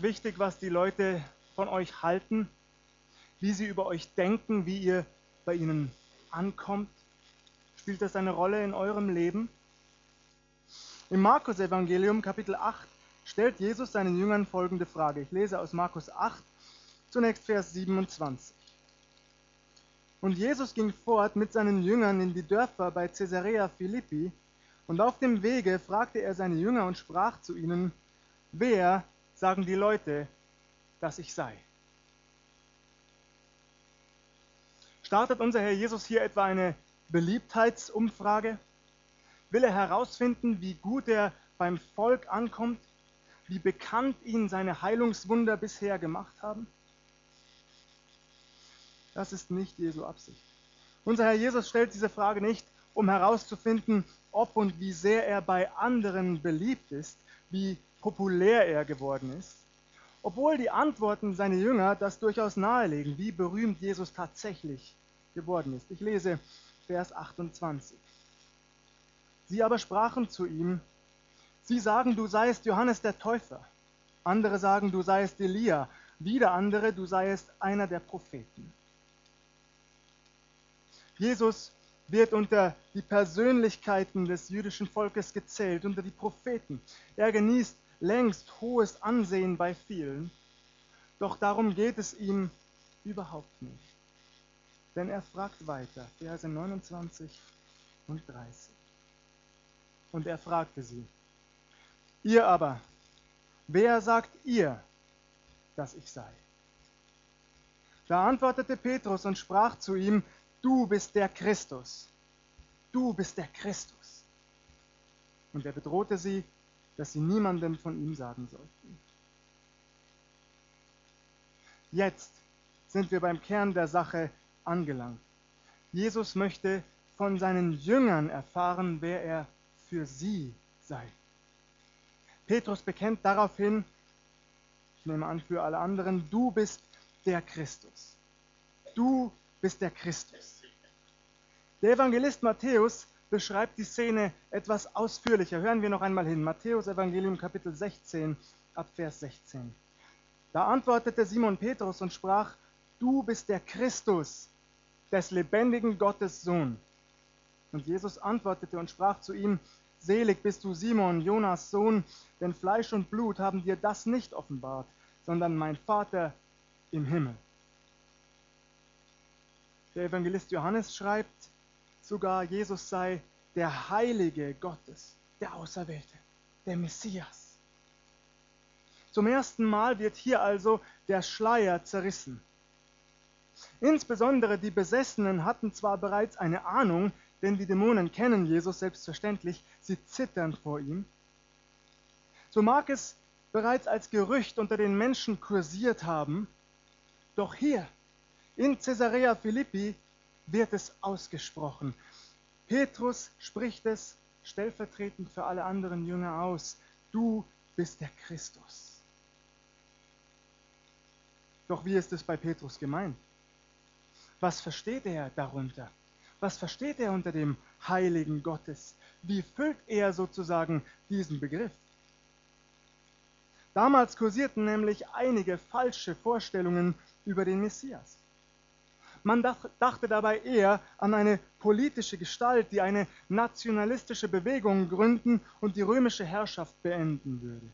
wichtig, was die Leute von euch halten, wie sie über euch denken, wie ihr bei ihnen ankommt? Spielt das eine Rolle in eurem Leben? Im Markus-Evangelium, Kapitel 8, stellt Jesus seinen Jüngern folgende Frage. Ich lese aus Markus 8, zunächst Vers 27. Und Jesus ging fort mit seinen Jüngern in die Dörfer bei Caesarea Philippi, und auf dem Wege fragte er seine Jünger und sprach zu ihnen: Wer sagen die Leute, dass ich sei? Startet unser Herr Jesus hier etwa eine Beliebtheitsumfrage? Will er herausfinden, wie gut er beim Volk ankommt, wie bekannt ihn seine Heilungswunder bisher gemacht haben? Das ist nicht Jesu Absicht. Unser Herr Jesus stellt diese Frage nicht, um herauszufinden, ob und wie sehr er bei anderen beliebt ist, wie populär er geworden ist, obwohl die Antworten seiner Jünger das durchaus nahelegen, wie berühmt Jesus tatsächlich geworden ist. Ich lese Vers 28. Sie aber sprachen zu ihm: Sie sagen, du seiest Johannes der Täufer. Andere sagen, du seiest Elia. Wieder andere, du seiest einer der Propheten. Jesus wird unter die Persönlichkeiten des jüdischen Volkes gezählt, unter die Propheten. Er genießt längst hohes Ansehen bei vielen. Doch darum geht es ihm überhaupt nicht. Denn er fragt weiter, Verse 29 und 30. Und er fragte sie: Ihr aber, wer sagt ihr, dass ich sei? Da antwortete Petrus und sprach zu ihm: Du bist der Christus. Du bist der Christus. Und er bedrohte sie, dass sie niemandem von ihm sagen sollten. Jetzt sind wir beim Kern der Sache angelangt. Jesus möchte von seinen Jüngern erfahren, wer er für sie sei. Petrus bekennt daraufhin, ich nehme an für alle anderen: Du bist der Christus. Du bist der Christus. Der Evangelist Matthäus beschreibt die Szene etwas ausführlicher. Hören wir noch einmal hin. Matthäus Evangelium Kapitel 16 ab Vers 16. Da antwortete Simon Petrus und sprach: Du bist der Christus, des lebendigen Gottes Sohn. Und Jesus antwortete und sprach zu ihm: Selig bist du, Simon, Jonas Sohn, denn Fleisch und Blut haben dir das nicht offenbart, sondern mein Vater im Himmel. Der Evangelist Johannes schreibt sogar, Jesus sei der Heilige Gottes, der Auserwählte, der Messias. Zum ersten Mal wird hier also der Schleier zerrissen. Insbesondere die Besessenen hatten zwar bereits eine Ahnung, denn die Dämonen kennen Jesus selbstverständlich, sie zittern vor ihm. So mag es bereits als Gerücht unter den Menschen kursiert haben, doch hier in Caesarea Philippi wird es ausgesprochen. Petrus spricht es stellvertretend für alle anderen Jünger aus: Du bist der Christus. Doch wie ist es bei Petrus gemeint? Was versteht er darunter? Was versteht er unter dem Heiligen Gottes? Wie füllt er sozusagen diesen Begriff? Damals kursierten nämlich einige falsche Vorstellungen über den Messias. Man dachte dabei eher an eine politische Gestalt, die eine nationalistische Bewegung gründen und die römische Herrschaft beenden würde.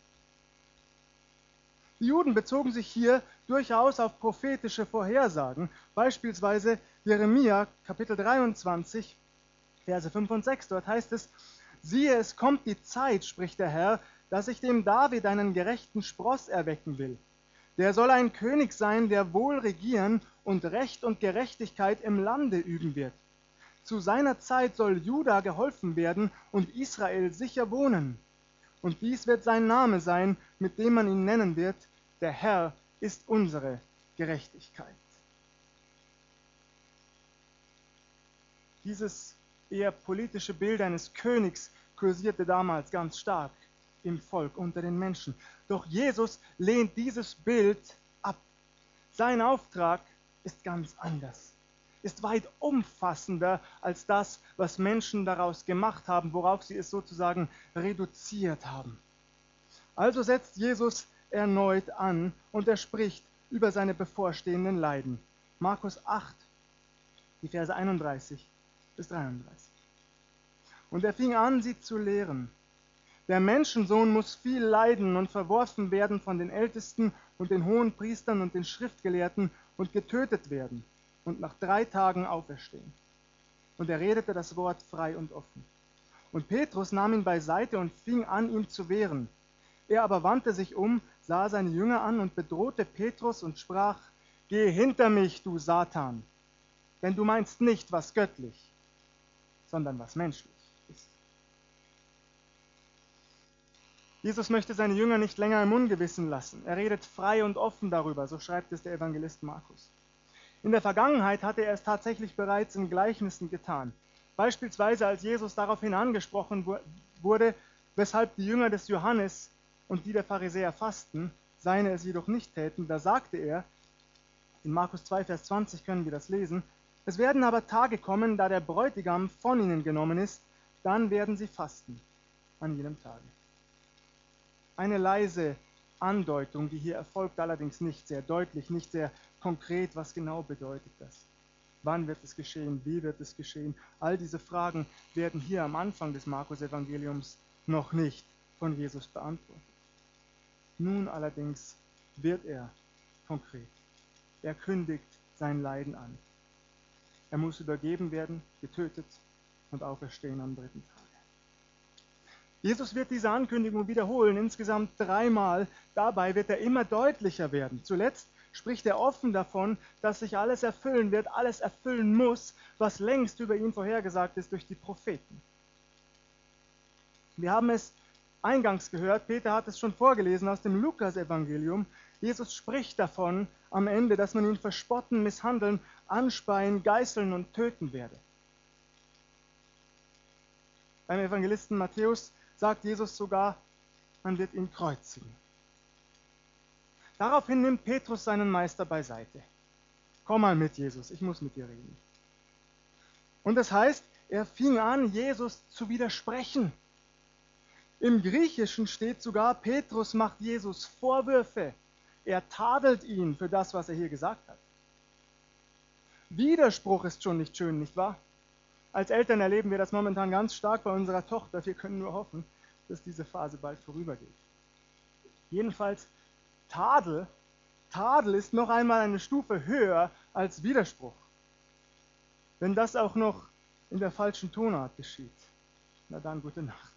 Die Juden bezogen sich hier durchaus auf prophetische Vorhersagen, beispielsweise Jeremia, Kapitel 23, Verse 5 und 6. Dort heißt es: Siehe, es kommt die Zeit, spricht der Herr, dass ich dem David einen gerechten Spross erwecken will. Der soll ein König sein, der wohl regieren und Recht und Gerechtigkeit im Lande üben wird. Zu seiner Zeit soll Juda geholfen werden und Israel sicher wohnen. Und dies wird sein Name sein, mit dem man ihn nennen wird: Der Herr ist unsere Gerechtigkeit. Dieses eher politische Bild eines Königs kursierte damals ganz stark im Volk, unter den Menschen. Doch Jesus lehnt dieses Bild ab. Sein Auftrag ist ganz anders, ist weit umfassender als das, was Menschen daraus gemacht haben, worauf sie es sozusagen reduziert haben. Also setzt Jesus erneut an und er spricht über seine bevorstehenden Leiden. Markus 8, die Verse 31 bis 33. Und er fing an, sie zu lehren. Der Menschensohn muss viel leiden und verworfen werden von den Ältesten und den Hohenpriestern und den Schriftgelehrten und getötet werden und nach 3 Tagen auferstehen. Und er redete das Wort frei und offen. Und Petrus nahm ihn beiseite und fing an, ihm zu wehren. Er aber wandte sich um, sah seine Jünger an und bedrohte Petrus und sprach: Geh hinter mich, du Satan, denn du meinst nicht, was göttlich, sondern was menschlich ist. Jesus möchte seine Jünger nicht länger im Ungewissen lassen. Er redet frei und offen darüber, so schreibt es der Evangelist Markus. In der Vergangenheit hatte er es tatsächlich bereits in Gleichnissen getan. Beispielsweise, als Jesus daraufhin angesprochen wurde, weshalb die Jünger des Johannes und die der Pharisäer fasten, seine es jedoch nicht täten, da sagte er, in Markus 2, Vers 20 können wir das lesen: Es werden aber Tage kommen, da der Bräutigam von ihnen genommen ist, dann werden sie fasten an jenem Tage. Eine leise Andeutung, die hier erfolgt, allerdings nicht sehr deutlich, nicht sehr konkret. Was genau bedeutet das? Wann wird es geschehen? Wie wird es geschehen? All diese Fragen werden hier am Anfang des Markus-Evangeliums noch nicht von Jesus beantwortet. Nun allerdings wird er konkret. Er kündigt sein Leiden an. Er muss übergeben werden, getötet und auferstehen am 3. Tage. Jesus wird diese Ankündigung wiederholen, insgesamt 3-mal. Dabei wird er immer deutlicher werden. Zuletzt spricht er offen davon, dass sich alles erfüllen wird, alles erfüllen muss, was längst über ihn vorhergesagt ist durch die Propheten. Wir haben es eingangs gehört, Peter hat es schon vorgelesen aus dem Lukas-Evangelium. Jesus spricht davon am Ende, dass man ihn verspotten, misshandeln, anspeien, geißeln und töten werde. Beim Evangelisten Matthäus sagt Jesus sogar, man wird ihn kreuzigen. Daraufhin nimmt Petrus seinen Meister beiseite. Komm mal mit, Jesus, ich muss mit dir reden. Und das heißt, er fing an, Jesus zu widersprechen. Im Griechischen steht sogar, Petrus macht Jesus Vorwürfe. Er tadelt ihn für das, was er hier gesagt hat. Widerspruch ist schon nicht schön, nicht wahr? Als Eltern erleben wir das momentan ganz stark bei unserer Tochter. Wir können nur hoffen, dass diese Phase bald vorübergeht. Jedenfalls, Tadel ist noch einmal eine Stufe höher als Widerspruch. Wenn das auch noch in der falschen Tonart geschieht, na dann gute Nacht.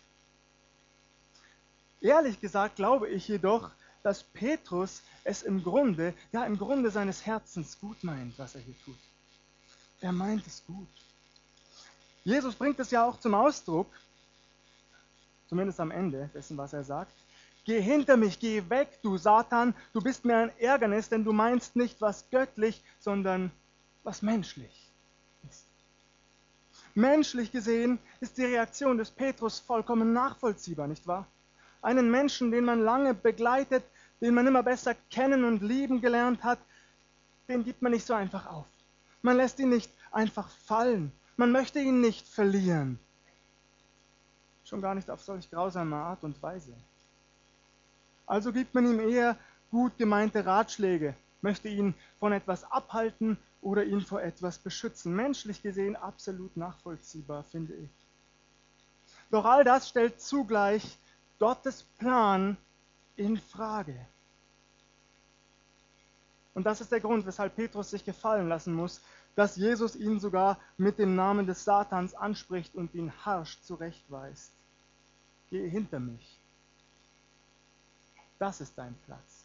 Ehrlich gesagt glaube ich jedoch, dass Petrus es im Grunde seines Herzens gut meint, was er hier tut. Er meint es gut. Jesus bringt es ja auch zum Ausdruck, zumindest am Ende dessen, was er sagt: Geh hinter mich, geh weg, du Satan, du bist mir ein Ärgernis, denn du meinst nicht, was göttlich, sondern was menschlich ist. Menschlich gesehen ist die Reaktion des Petrus vollkommen nachvollziehbar, nicht wahr? Einen Menschen, den man lange begleitet, den man immer besser kennen und lieben gelernt hat, den gibt man nicht so einfach auf. Man lässt ihn nicht einfach fallen. Man möchte ihn nicht verlieren. Schon gar nicht auf solch grausame Art und Weise. Also gibt man ihm eher gut gemeinte Ratschläge, möchte ihn von etwas abhalten oder ihn vor etwas beschützen. Menschlich gesehen absolut nachvollziehbar, finde ich. Doch all das stellt zugleich Gottes Plan in Frage. Und das ist der Grund, weshalb Petrus sich gefallen lassen muss, dass Jesus ihn sogar mit dem Namen des Satans anspricht und ihn harsch zurechtweist. Geh hinter mich. Das ist dein Platz.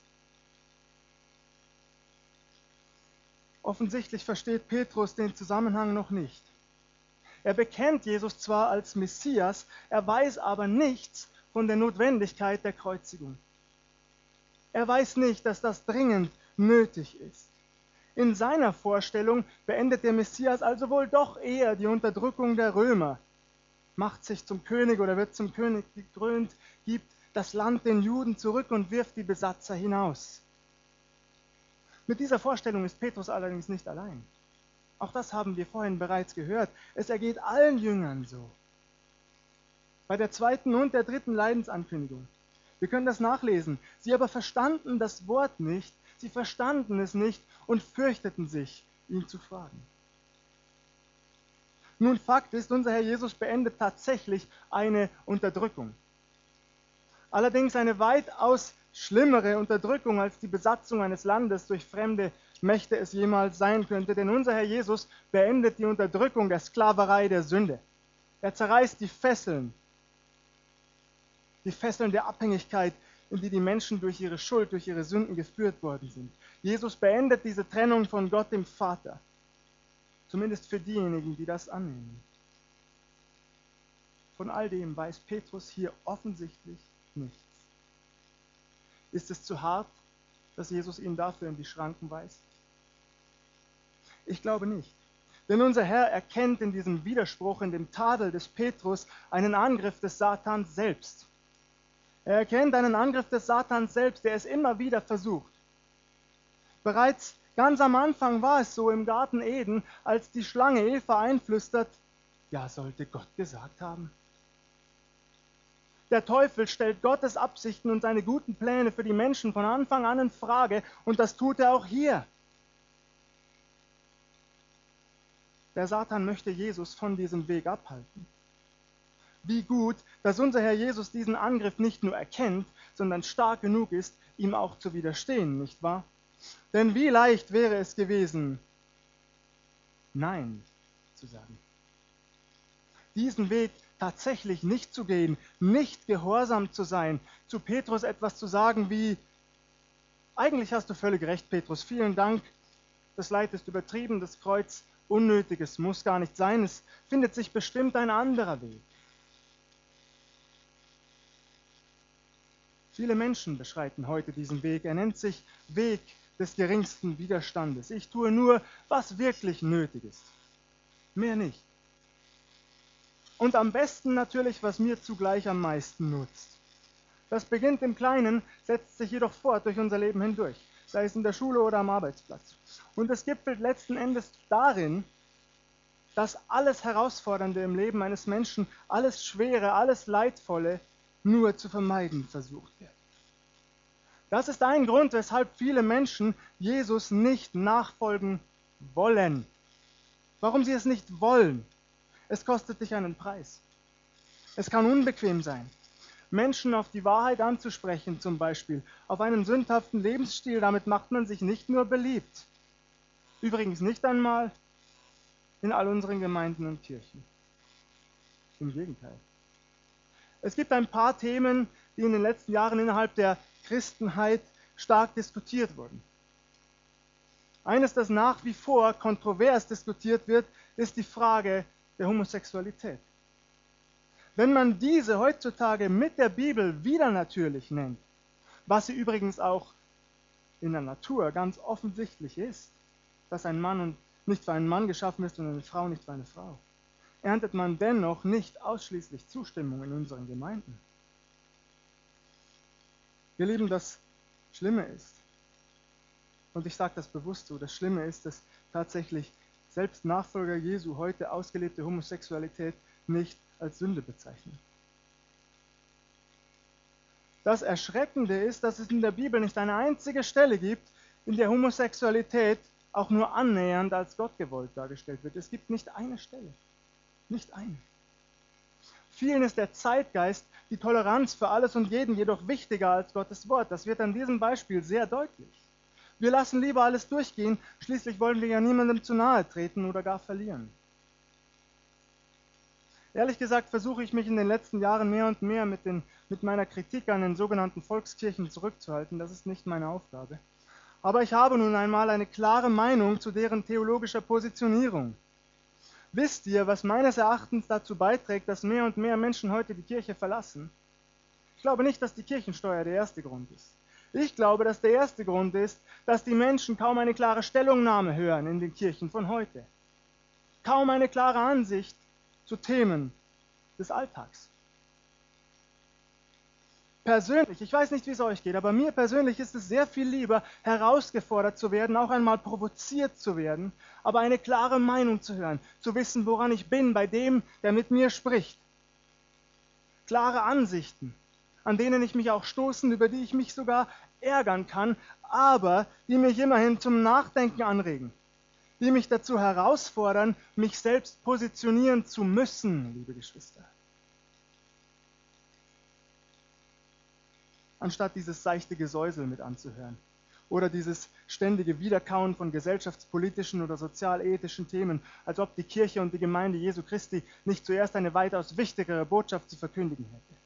Offensichtlich versteht Petrus den Zusammenhang noch nicht. Er bekennt Jesus zwar als Messias, er weiß aber nichts von der Notwendigkeit der Kreuzigung. Er weiß nicht, dass das dringend nötig ist. In seiner Vorstellung beendet der Messias also wohl doch eher die Unterdrückung der Römer, macht sich zum König oder wird zum König gekrönt, gibt das Land den Juden zurück und wirft die Besatzer hinaus. Mit dieser Vorstellung ist Petrus allerdings nicht allein. Auch das haben wir vorhin bereits gehört. Es ergeht allen Jüngern so. Bei der 2. und der 3. Leidensankündigung. Wir können das nachlesen. Sie aber verstanden das Wort nicht, sie verstanden es nicht und fürchteten sich, ihn zu fragen. Nun, Fakt ist, unser Herr Jesus beendet tatsächlich eine Unterdrückung. Allerdings eine weitaus schlimmere Unterdrückung, als die Besatzung eines Landes durch fremde Mächte es jemals sein könnte. Denn unser Herr Jesus beendet die Unterdrückung der Sklaverei der Sünde. Er zerreißt die Fesseln der Abhängigkeit, in die die Menschen durch ihre Schuld, durch ihre Sünden geführt worden sind. Jesus beendet diese Trennung von Gott dem Vater. Zumindest für diejenigen, die das annehmen. Von all dem weiß Petrus hier offensichtlich nichts. Ist es zu hart, dass Jesus ihn dafür in die Schranken weist? Ich glaube nicht. Denn unser Herr erkennt in diesem Widerspruch, in dem Tadel des Petrus, einen Angriff des Satans selbst. Er erkennt einen Angriff des Satans selbst, der es immer wieder versucht. Bereits ganz am Anfang war es so im Garten Eden, als die Schlange Eva einflüstert, ja, sollte Gott gesagt haben. Der Teufel stellt Gottes Absichten und seine guten Pläne für die Menschen von Anfang an in Frage und das tut er auch hier. Der Satan möchte Jesus von diesem Weg abhalten. Wie gut, dass unser Herr Jesus diesen Angriff nicht nur erkennt, sondern stark genug ist, ihm auch zu widerstehen, nicht wahr? Denn wie leicht wäre es gewesen, Nein zu sagen. Diesen Weg tatsächlich nicht zu gehen, nicht gehorsam zu sein, zu Petrus etwas zu sagen wie, eigentlich hast du völlig recht, Petrus, vielen Dank, das Leid ist übertrieben, das Kreuz unnötig, es muss gar nicht sein, es findet sich bestimmt ein anderer Weg. Viele Menschen beschreiten heute diesen Weg. Er nennt sich Weg des geringsten Widerstandes. Ich tue nur, was wirklich nötig ist. Mehr nicht. Und am besten natürlich, was mir zugleich am meisten nutzt. Das beginnt im Kleinen, setzt sich jedoch fort durch unser Leben hindurch, sei es in der Schule oder am Arbeitsplatz. Und es gipfelt letzten Endes darin, dass alles Herausfordernde im Leben eines Menschen, alles Schwere, alles Leidvolle nur zu vermeiden versucht wird. Das ist ein Grund, weshalb viele Menschen Jesus nicht nachfolgen wollen. Warum sie es nicht wollen. Es kostet dich einen Preis. Es kann unbequem sein. Menschen auf die Wahrheit anzusprechen zum Beispiel, auf einen sündhaften Lebensstil, damit macht man sich nicht nur beliebt. Übrigens nicht einmal in all unseren Gemeinden und Kirchen. Im Gegenteil. Es gibt ein paar Themen, die in den letzten Jahren innerhalb der Christenheit stark diskutiert wurden. Eines, das nach wie vor kontrovers diskutiert wird, ist die Frage der Homosexualität. Wenn man diese heutzutage mit der Bibel wieder natürlich nennt, was sie übrigens auch in der Natur ganz offensichtlich ist, dass ein Mann nicht für einen Mann geschaffen ist und eine Frau nicht für eine Frau, erntet man dennoch nicht ausschließlich Zustimmung in unseren Gemeinden. Ihr Lieben, das Schlimme ist, und ich sage das bewusst so, das Schlimme ist, dass tatsächlich selbst Nachfolger Jesu heute ausgelebte Homosexualität nicht als Sünde bezeichnen. Das Erschreckende ist, dass es in der Bibel nicht eine einzige Stelle gibt, in der Homosexualität auch nur annähernd als Gott gewollt dargestellt wird. Es gibt nicht eine Stelle. Nicht eine. Vielen ist der Zeitgeist, die Toleranz für alles und jeden jedoch wichtiger als Gottes Wort. Das wird an diesem Beispiel sehr deutlich. Wir lassen lieber alles durchgehen, schließlich wollen wir ja niemandem zu nahe treten oder gar verlieren. Ehrlich gesagt versuche ich mich in den letzten Jahren mehr und mehr mit meiner Kritik an den sogenannten Volkskirchen zurückzuhalten. Das ist nicht meine Aufgabe. Aber ich habe nun einmal eine klare Meinung zu deren theologischer Positionierung. Wisst ihr, was meines Erachtens dazu beiträgt, dass mehr und mehr Menschen heute die Kirche verlassen? Ich glaube nicht, dass die Kirchensteuer der erste Grund ist. Ich glaube, dass der erste Grund ist, dass die Menschen kaum eine klare Stellungnahme hören in den Kirchen von heute. Kaum eine klare Ansicht zu Themen des Alltags. Persönlich, ich weiß nicht, wie es euch geht, aber mir persönlich ist es sehr viel lieber, herausgefordert zu werden, auch einmal provoziert zu werden, aber eine klare Meinung zu hören, zu wissen, woran ich bin, bei dem, der mit mir spricht. Klare Ansichten, an denen ich mich auch stoßen, über die ich mich sogar ärgern kann, aber die mich immerhin zum Nachdenken anregen, die mich dazu herausfordern, mich selbst positionieren zu müssen, liebe Geschwister. Anstatt dieses seichte Gesäusel mit anzuhören oder dieses ständige Wiederkauen von gesellschaftspolitischen oder sozialethischen Themen, als ob die Kirche und die Gemeinde Jesu Christi nicht zuerst eine weitaus wichtigere Botschaft zu verkündigen hätte.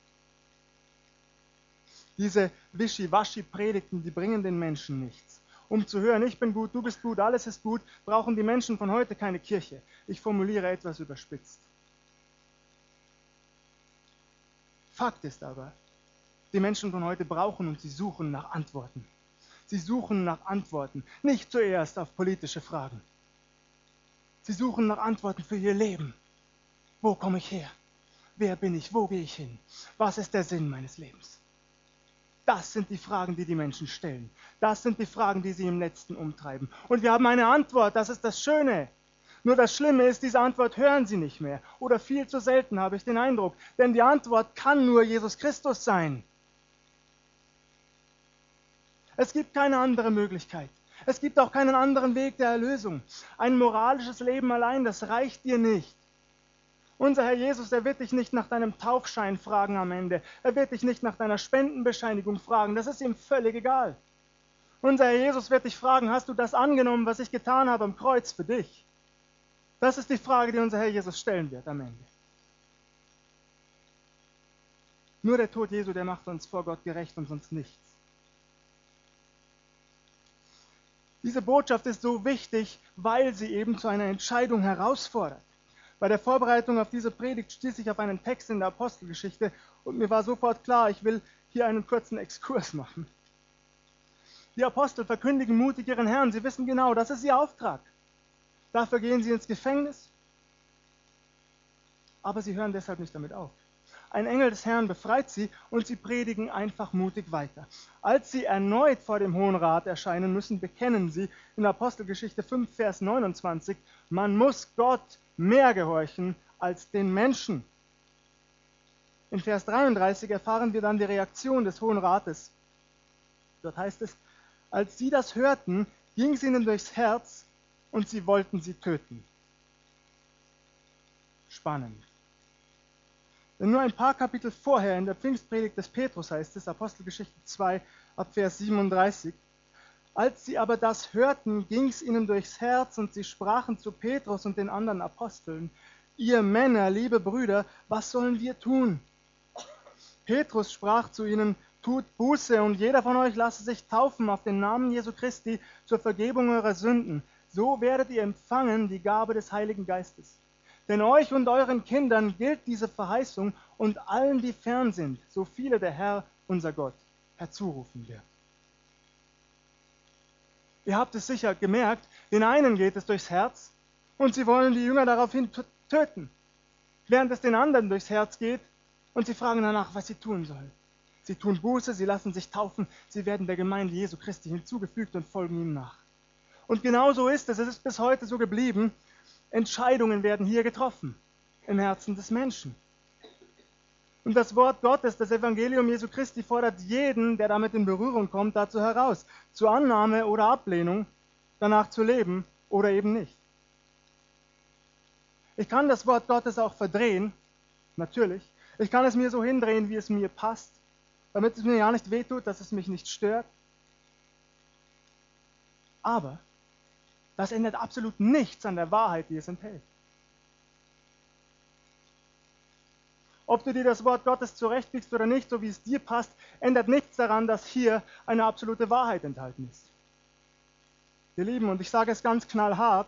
Diese Wischiwaschi-Predigten, die bringen den Menschen nichts. Um zu hören, ich bin gut, du bist gut, alles ist gut, brauchen die Menschen von heute keine Kirche. Ich formuliere etwas überspitzt. Fakt ist aber, die Menschen von heute brauchen und sie suchen nach Antworten. Sie suchen nach Antworten, nicht zuerst auf politische Fragen. Sie suchen nach Antworten für ihr Leben. Wo komme ich her? Wer bin ich? Wo gehe ich hin? Was ist der Sinn meines Lebens? Das sind die Fragen, die die Menschen stellen. Das sind die Fragen, die sie im Letzten umtreiben. Und wir haben eine Antwort, das ist das Schöne. Nur das Schlimme ist, diese Antwort hören sie nicht mehr. Oder viel zu selten, habe ich den Eindruck. Denn die Antwort kann nur Jesus Christus sein. Es gibt keine andere Möglichkeit. Es gibt auch keinen anderen Weg der Erlösung. Ein moralisches Leben allein, das reicht dir nicht. Unser Herr Jesus, er wird dich nicht nach deinem Taufschein fragen am Ende. Er wird dich nicht nach deiner Spendenbescheinigung fragen. Das ist ihm völlig egal. Unser Herr Jesus wird dich fragen, hast du das angenommen, was ich getan habe am Kreuz für dich? Das ist die Frage, die unser Herr Jesus stellen wird am Ende. Nur der Tod Jesu, der macht uns vor Gott gerecht und sonst nichts. Diese Botschaft ist so wichtig, weil sie eben zu einer Entscheidung herausfordert. Bei der Vorbereitung auf diese Predigt stieß ich auf einen Text in der Apostelgeschichte und mir war sofort klar, ich will hier einen kurzen Exkurs machen. Die Apostel verkündigen mutig ihren Herrn, sie wissen genau, das ist ihr Auftrag. Dafür gehen sie ins Gefängnis, aber sie hören deshalb nicht damit auf. Ein Engel des Herrn befreit sie und sie predigen einfach mutig weiter. Als sie erneut vor dem Hohen Rat erscheinen müssen, bekennen sie in Apostelgeschichte 5, Vers 29, man muss Gott mehr gehorchen als den Menschen. In Vers 33 erfahren wir dann die Reaktion des Hohen Rates. Dort heißt es, als sie das hörten, ging es ihnen durchs Herz und sie wollten sie töten. Spannend. Denn nur ein paar Kapitel vorher in der Pfingstpredigt des Petrus heißt es, Apostelgeschichte 2, ab Vers 37, als sie aber das hörten, ging es ihnen durchs Herz und sie sprachen zu Petrus und den anderen Aposteln, ihr Männer, liebe Brüder, was sollen wir tun? Petrus sprach zu ihnen, tut Buße und jeder von euch lasse sich taufen auf den Namen Jesu Christi zur Vergebung eurer Sünden. So werdet ihr empfangen die Gabe des Heiligen Geistes. Denn euch und euren Kindern gilt diese Verheißung und allen, die fern sind, so viele der Herr, unser Gott, herzurufen wird. Ihr habt es sicher gemerkt, den einen geht es durchs Herz und sie wollen die Jünger daraufhin töten, während es den anderen durchs Herz geht und sie fragen danach, was sie tun sollen. Sie tun Buße, sie lassen sich taufen, sie werden der Gemeinde Jesu Christi hinzugefügt und folgen ihm nach. Und genau so ist es ist bis heute so geblieben. Entscheidungen werden hier getroffen, im Herzen des Menschen. Und das Wort Gottes, das Evangelium Jesu Christi, fordert jeden, der damit in Berührung kommt, dazu heraus, zur Annahme oder Ablehnung, danach zu leben oder eben nicht. Ich kann das Wort Gottes auch verdrehen, natürlich. Ich kann es mir so hindrehen, wie es mir passt, damit es mir ja nicht wehtut, dass es mich nicht stört. Aber das ändert absolut nichts an der Wahrheit, die es enthält. Ob du dir das Wort Gottes zurechtbiegst oder nicht, so wie es dir passt, ändert nichts daran, dass hier eine absolute Wahrheit enthalten ist. Ihr Lieben, und ich sage es ganz knallhart,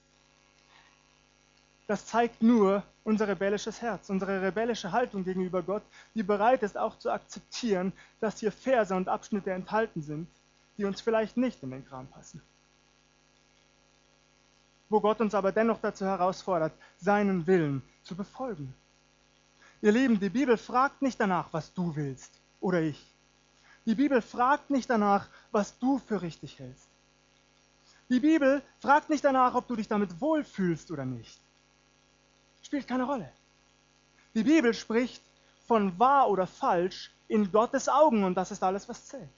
das zeigt nur unser rebellisches Herz, unsere rebellische Haltung gegenüber Gott, die bereit ist, auch zu akzeptieren, dass hier Verse und Abschnitte enthalten sind, die uns vielleicht nicht in den Kram passen. Wo Gott uns aber dennoch dazu herausfordert, seinen Willen zu befolgen. Ihr Lieben, die Bibel fragt nicht danach, was du willst oder ich. Die Bibel fragt nicht danach, was du für richtig hältst. Die Bibel fragt nicht danach, ob du dich damit wohlfühlst oder nicht. Spielt keine Rolle. Die Bibel spricht von wahr oder falsch in Gottes Augen und das ist alles, was zählt.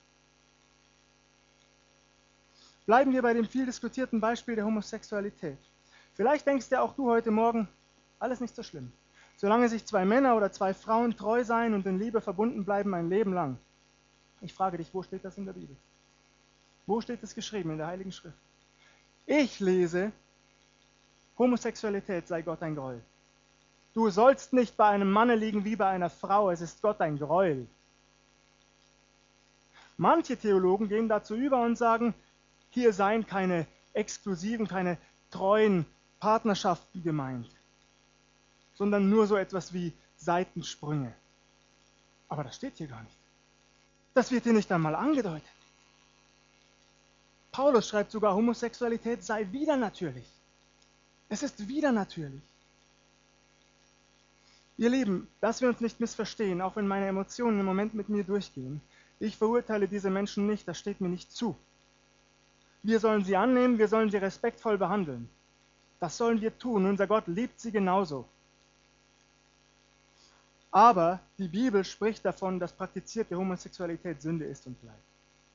Bleiben wir bei dem viel diskutierten Beispiel der Homosexualität. Vielleicht denkst ja auch du heute Morgen, alles nicht so schlimm. Solange sich zwei Männer oder zwei Frauen treu sein und in Liebe verbunden bleiben ein Leben lang. Ich frage dich, wo steht das in der Bibel? Wo steht es geschrieben in der Heiligen Schrift? Ich lese, Homosexualität sei Gott ein Gräuel. Du sollst nicht bei einem Manne liegen wie bei einer Frau, es ist Gott ein Gräuel. Manche Theologen gehen dazu über und sagen, hier seien keine exklusiven, keine treuen Partnerschaften gemeint, sondern nur so etwas wie Seitensprünge. Aber das steht hier gar nicht. Das wird hier nicht einmal angedeutet. Paulus schreibt sogar, Homosexualität sei widernatürlich. Es ist widernatürlich. Ihr Lieben, dass wir uns nicht missverstehen, auch wenn meine Emotionen im Moment mit mir durchgehen. Ich verurteile diese Menschen nicht, das steht mir nicht zu. Wir sollen sie annehmen, wir sollen sie respektvoll behandeln. Das sollen wir tun, unser Gott liebt sie genauso. Aber die Bibel spricht davon, dass praktizierte Homosexualität Sünde ist und bleibt.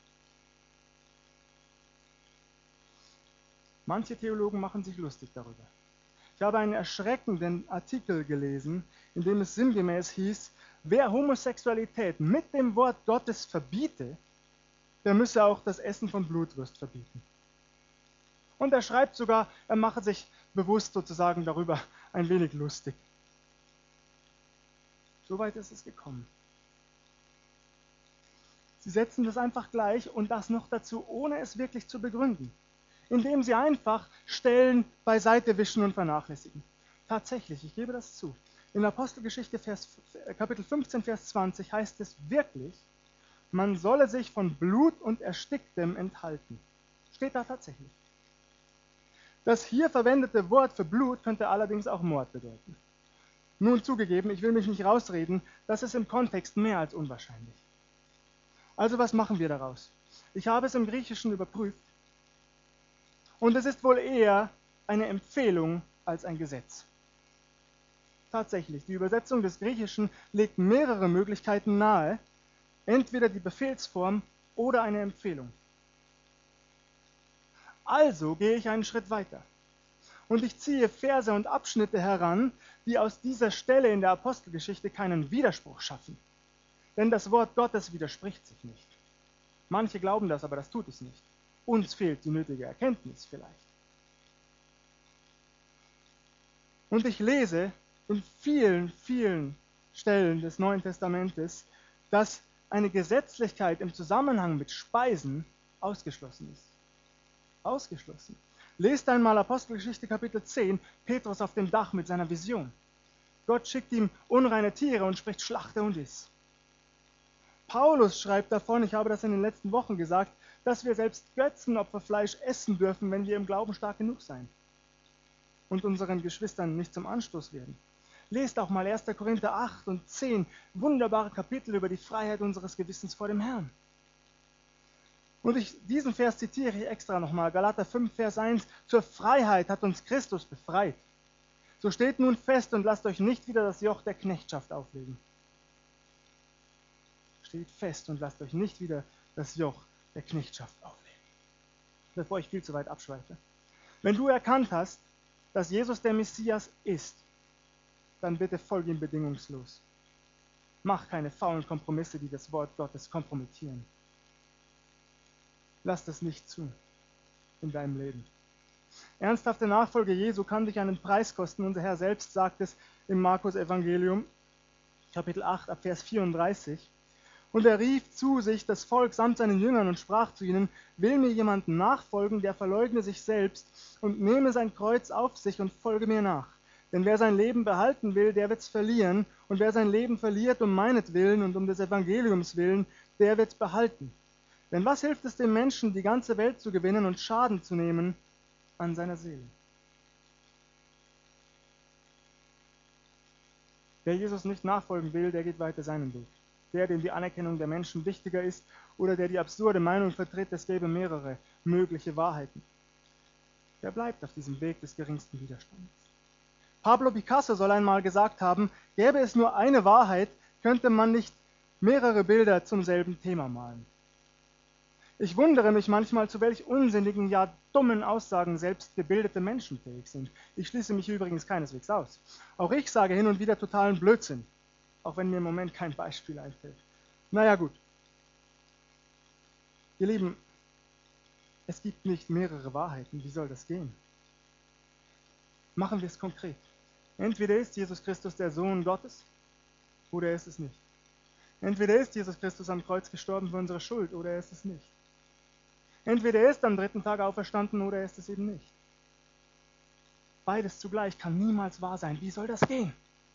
Manche Theologen machen sich lustig darüber. Ich habe einen erschreckenden Artikel gelesen, in dem es sinngemäß hieß, wer Homosexualität mit dem Wort Gottes verbiete, der müsse auch das Essen von Blutwurst verbieten. Und er schreibt sogar, er mache sich bewusst sozusagen darüber ein wenig lustig. Soweit ist es gekommen. Sie setzen das einfach gleich und das noch dazu, ohne es wirklich zu begründen, indem sie einfach Stellen beiseite wischen und vernachlässigen. Tatsächlich, ich gebe das zu. In Apostelgeschichte Kapitel 15, Vers 20 heißt es wirklich, man solle sich von Blut und Ersticktem enthalten. Steht da tatsächlich. Das hier verwendete Wort für Blut könnte allerdings auch Mord bedeuten. Nun zugegeben, ich will mich nicht rausreden, das ist im Kontext mehr als unwahrscheinlich. Also was machen wir daraus? Ich habe es im Griechischen überprüft und es ist wohl eher eine Empfehlung als ein Gesetz. Tatsächlich, die Übersetzung des Griechischen legt mehrere Möglichkeiten nahe, entweder die Befehlsform oder eine Empfehlung. Also gehe ich einen Schritt weiter und ich ziehe Verse und Abschnitte heran, die aus dieser Stelle in der Apostelgeschichte keinen Widerspruch schaffen. Denn das Wort Gottes widerspricht sich nicht. Manche glauben das, aber das tut es nicht. Uns fehlt die nötige Erkenntnis vielleicht. Und ich lese in vielen, vielen Stellen des Neuen Testamentes, dass eine Gesetzlichkeit im Zusammenhang mit Speisen ausgeschlossen ist. Ausgeschlossen. Lest einmal Apostelgeschichte Kapitel 10, Petrus auf dem Dach mit seiner Vision. Gott schickt ihm unreine Tiere und spricht, schlachte und iss. Paulus schreibt davon, ich habe das in den letzten Wochen gesagt, dass wir selbst Götzenopferfleisch essen dürfen, wenn wir im Glauben stark genug sein und unseren Geschwistern nicht zum Anstoß werden. Lest auch mal 1. Korinther 8 und 10, wunderbare Kapitel über die Freiheit unseres Gewissens vor dem Herrn. Und diesen Vers zitiere ich extra nochmal, Galater 5, Vers 1, zur Freiheit hat uns Christus befreit. So steht nun fest und lasst euch nicht wieder das Joch der Knechtschaft auflegen. Steht fest und lasst euch nicht wieder das Joch der Knechtschaft auflegen. Bevor ich viel zu weit abschweife. Wenn du erkannt hast, dass Jesus der Messias ist, dann bitte folge ihm bedingungslos. Mach keine faulen Kompromisse, die das Wort Gottes kompromittieren. Lass das nicht zu in deinem Leben. Ernsthafte Nachfolge Jesu kann dich einen Preis kosten. Unser Herr selbst sagt es im Markus-Evangelium, Kapitel 8, ab Vers 34. Und er rief zu sich das Volk samt seinen Jüngern und sprach zu ihnen, will mir jemand nachfolgen, der verleugne sich selbst und nehme sein Kreuz auf sich und folge mir nach. Denn wer sein Leben behalten will, der wird's verlieren. Und wer sein Leben verliert um meinetwillen und um des Evangeliums willen, der wird's behalten. Denn was hilft es dem Menschen, die ganze Welt zu gewinnen und Schaden zu nehmen an seiner Seele? Wer Jesus nicht nachfolgen will, der geht weiter seinen Weg. Der, dem die Anerkennung der Menschen wichtiger ist oder der die absurde Meinung vertritt, es gäbe mehrere mögliche Wahrheiten. Der bleibt auf diesem Weg des geringsten Widerstands. Pablo Picasso soll einmal gesagt haben, gäbe es nur eine Wahrheit, könnte man nicht mehrere Bilder zum selben Thema malen. Ich wundere mich manchmal, zu welch unsinnigen, ja dummen Aussagen selbst gebildete Menschen fähig sind. Ich schließe mich übrigens keineswegs aus. Auch ich sage hin und wieder totalen Blödsinn, auch wenn mir im Moment kein Beispiel einfällt. Naja gut. Ihr Lieben, es gibt nicht mehrere Wahrheiten. Wie soll das gehen? Machen wir es konkret. Entweder ist Jesus Christus der Sohn Gottes oder er ist es nicht. Entweder ist Jesus Christus am Kreuz gestorben für unsere Schuld oder er ist es nicht. Entweder er ist am dritten Tag auferstanden oder er ist es eben nicht. Beides zugleich kann niemals wahr sein. Wie soll das gehen?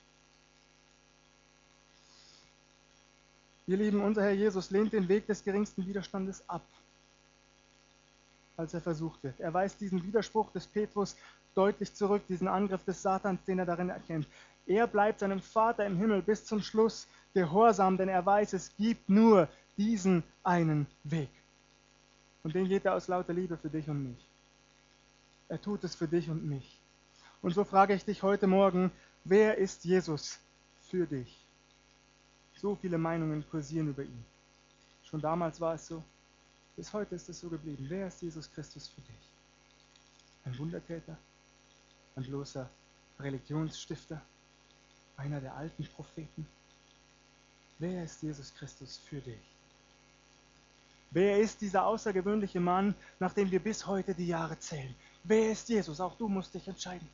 Ihr Lieben, unser Herr Jesus lehnt den Weg des geringsten Widerstandes ab, als er versucht wird. Er weist diesen Widerspruch des Petrus deutlich zurück, diesen Angriff des Satans, den er darin erkennt. Er bleibt seinem Vater im Himmel bis zum Schluss gehorsam, denn er weiß, es gibt nur diesen einen Weg. Und den geht er aus lauter Liebe für dich und mich. Er tut es für dich und mich. Und so frage ich dich heute Morgen, wer ist Jesus für dich? So viele Meinungen kursieren über ihn. Schon damals war es so, bis heute ist es so geblieben. Wer ist Jesus Christus für dich? Ein Wundertäter? Ein bloßer Religionsstifter? Einer der alten Propheten? Wer ist Jesus Christus für dich? Wer ist dieser außergewöhnliche Mann, nach dem wir bis heute die Jahre zählen? Wer ist Jesus? Auch du musst dich entscheiden.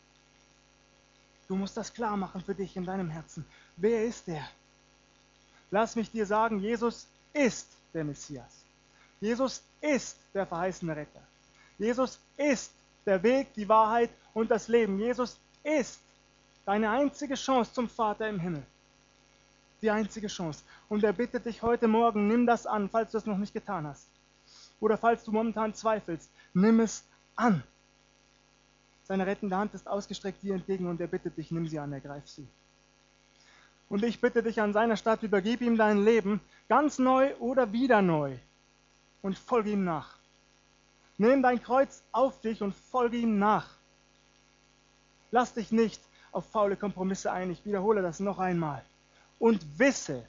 Du musst das klar machen für dich in deinem Herzen. Wer ist er? Lass mich dir sagen, Jesus ist der Messias. Jesus ist der verheißene Retter. Jesus ist der Weg, die Wahrheit und das Leben. Jesus ist deine einzige Chance zum Vater im Himmel. Die einzige Chance. Und er bittet dich heute Morgen, nimm das an, falls du es noch nicht getan hast. Oder falls du momentan zweifelst, nimm es an. Seine rettende Hand ist ausgestreckt dir entgegen und er bittet dich, nimm sie an, ergreif sie. Und ich bitte dich an seiner Stadt, übergib ihm dein Leben, ganz neu oder wieder neu, und folge ihm nach. Nimm dein Kreuz auf dich und folge ihm nach. Lass dich nicht auf faule Kompromisse ein, ich wiederhole das noch einmal. Und wisse,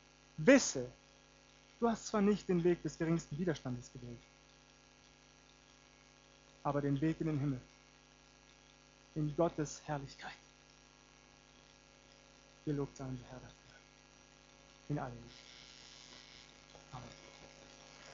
du hast zwar nicht den Weg des geringsten Widerstandes gewählt, aber den Weg in den Himmel, in Gottes Herrlichkeit. Gelobt sei unser Herr dafür. In allem. Amen.